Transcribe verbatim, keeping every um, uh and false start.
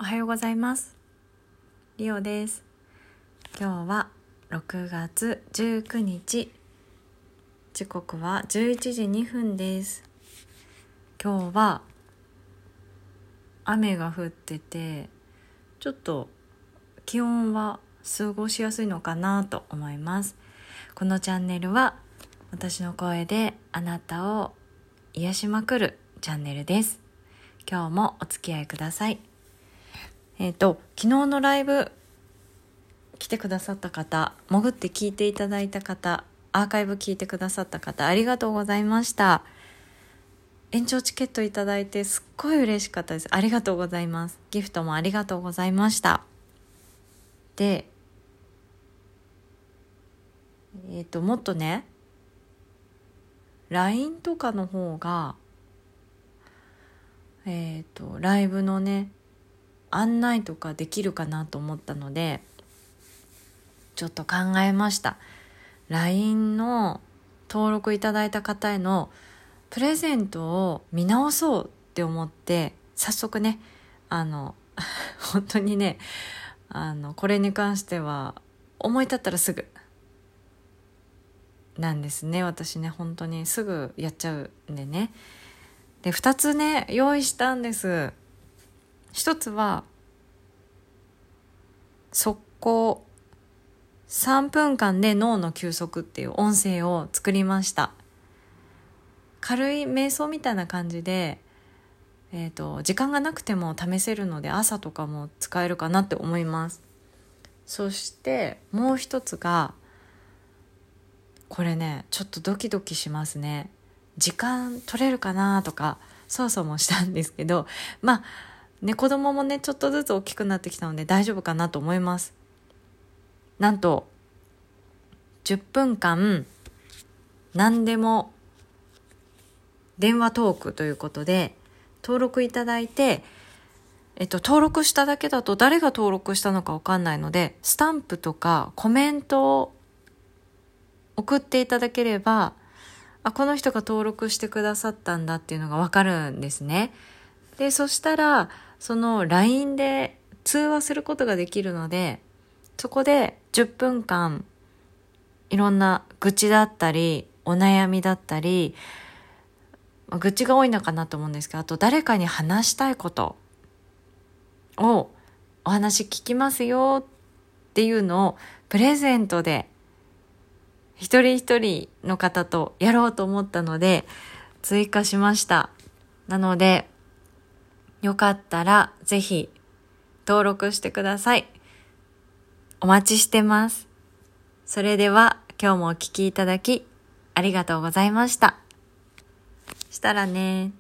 はようございます。リオです。今日はろくがつじゅうくにち、時刻はじゅういちじにふんです。今日は雨が降ってて、ちょっと気温は過ごしやすいのかなと思います。このチャンネルは私の声であなたを癒しまくるチャンネルです。今日もお付き合いください。えっと、昨日のライブ来てくださった方、潜って聞いていただいた方、アーカイブ聞いてくださった方、ありがとうございました。延長チケットいただいてすっごい嬉しかったです。ありがとうございます。ギフトもありがとうございました。で、えっと、もっとね、ライン とかの方が、えっと、ライブのね、案内とかできるかなと思ったのでちょっと考えました。 ライン の登録いただいた方へのプレゼントを見直そうって思って早速ねあの本当にねあのこれに関しては思い立ったらすぐなんですね。私ね本当にすぐやっちゃうんでね。でふたつね用意したんです。一つは速攻さんぷんかんで脳の休息っていう音声を作りました。軽い瞑想みたいな感じで、えーと、時間がなくても試せるので朝とかも使えるかなって思います。そしてもう一つがこれねちょっとドキドキしますね。時間取れるかなとかそわそわもしたんですけど、まあね子供もねちょっとずつ大きくなってきたので大丈夫かなと思います。なんとじゅっぷんかん何でも電話トークということで登録いただいて、えっと、登録しただけだと誰が登録したのか分かんないのでスタンプとかコメントを送っていただければあこの人が登録してくださったんだっていうのが分かるんですね。でそしたらその ライン で通話することができるのでそこでじゅっぷんかんいろんな愚痴だったりお悩みだったり愚痴が多いのかなと思うんですけどあと誰かに話したいことをお話聞きますよっていうのをプレゼントで一人一人の方とやろうと思ったので追加しました。なのでよかったらぜひ登録してください。お待ちしてます。それでは今日もお聞きいただきありがとうございました。したらね。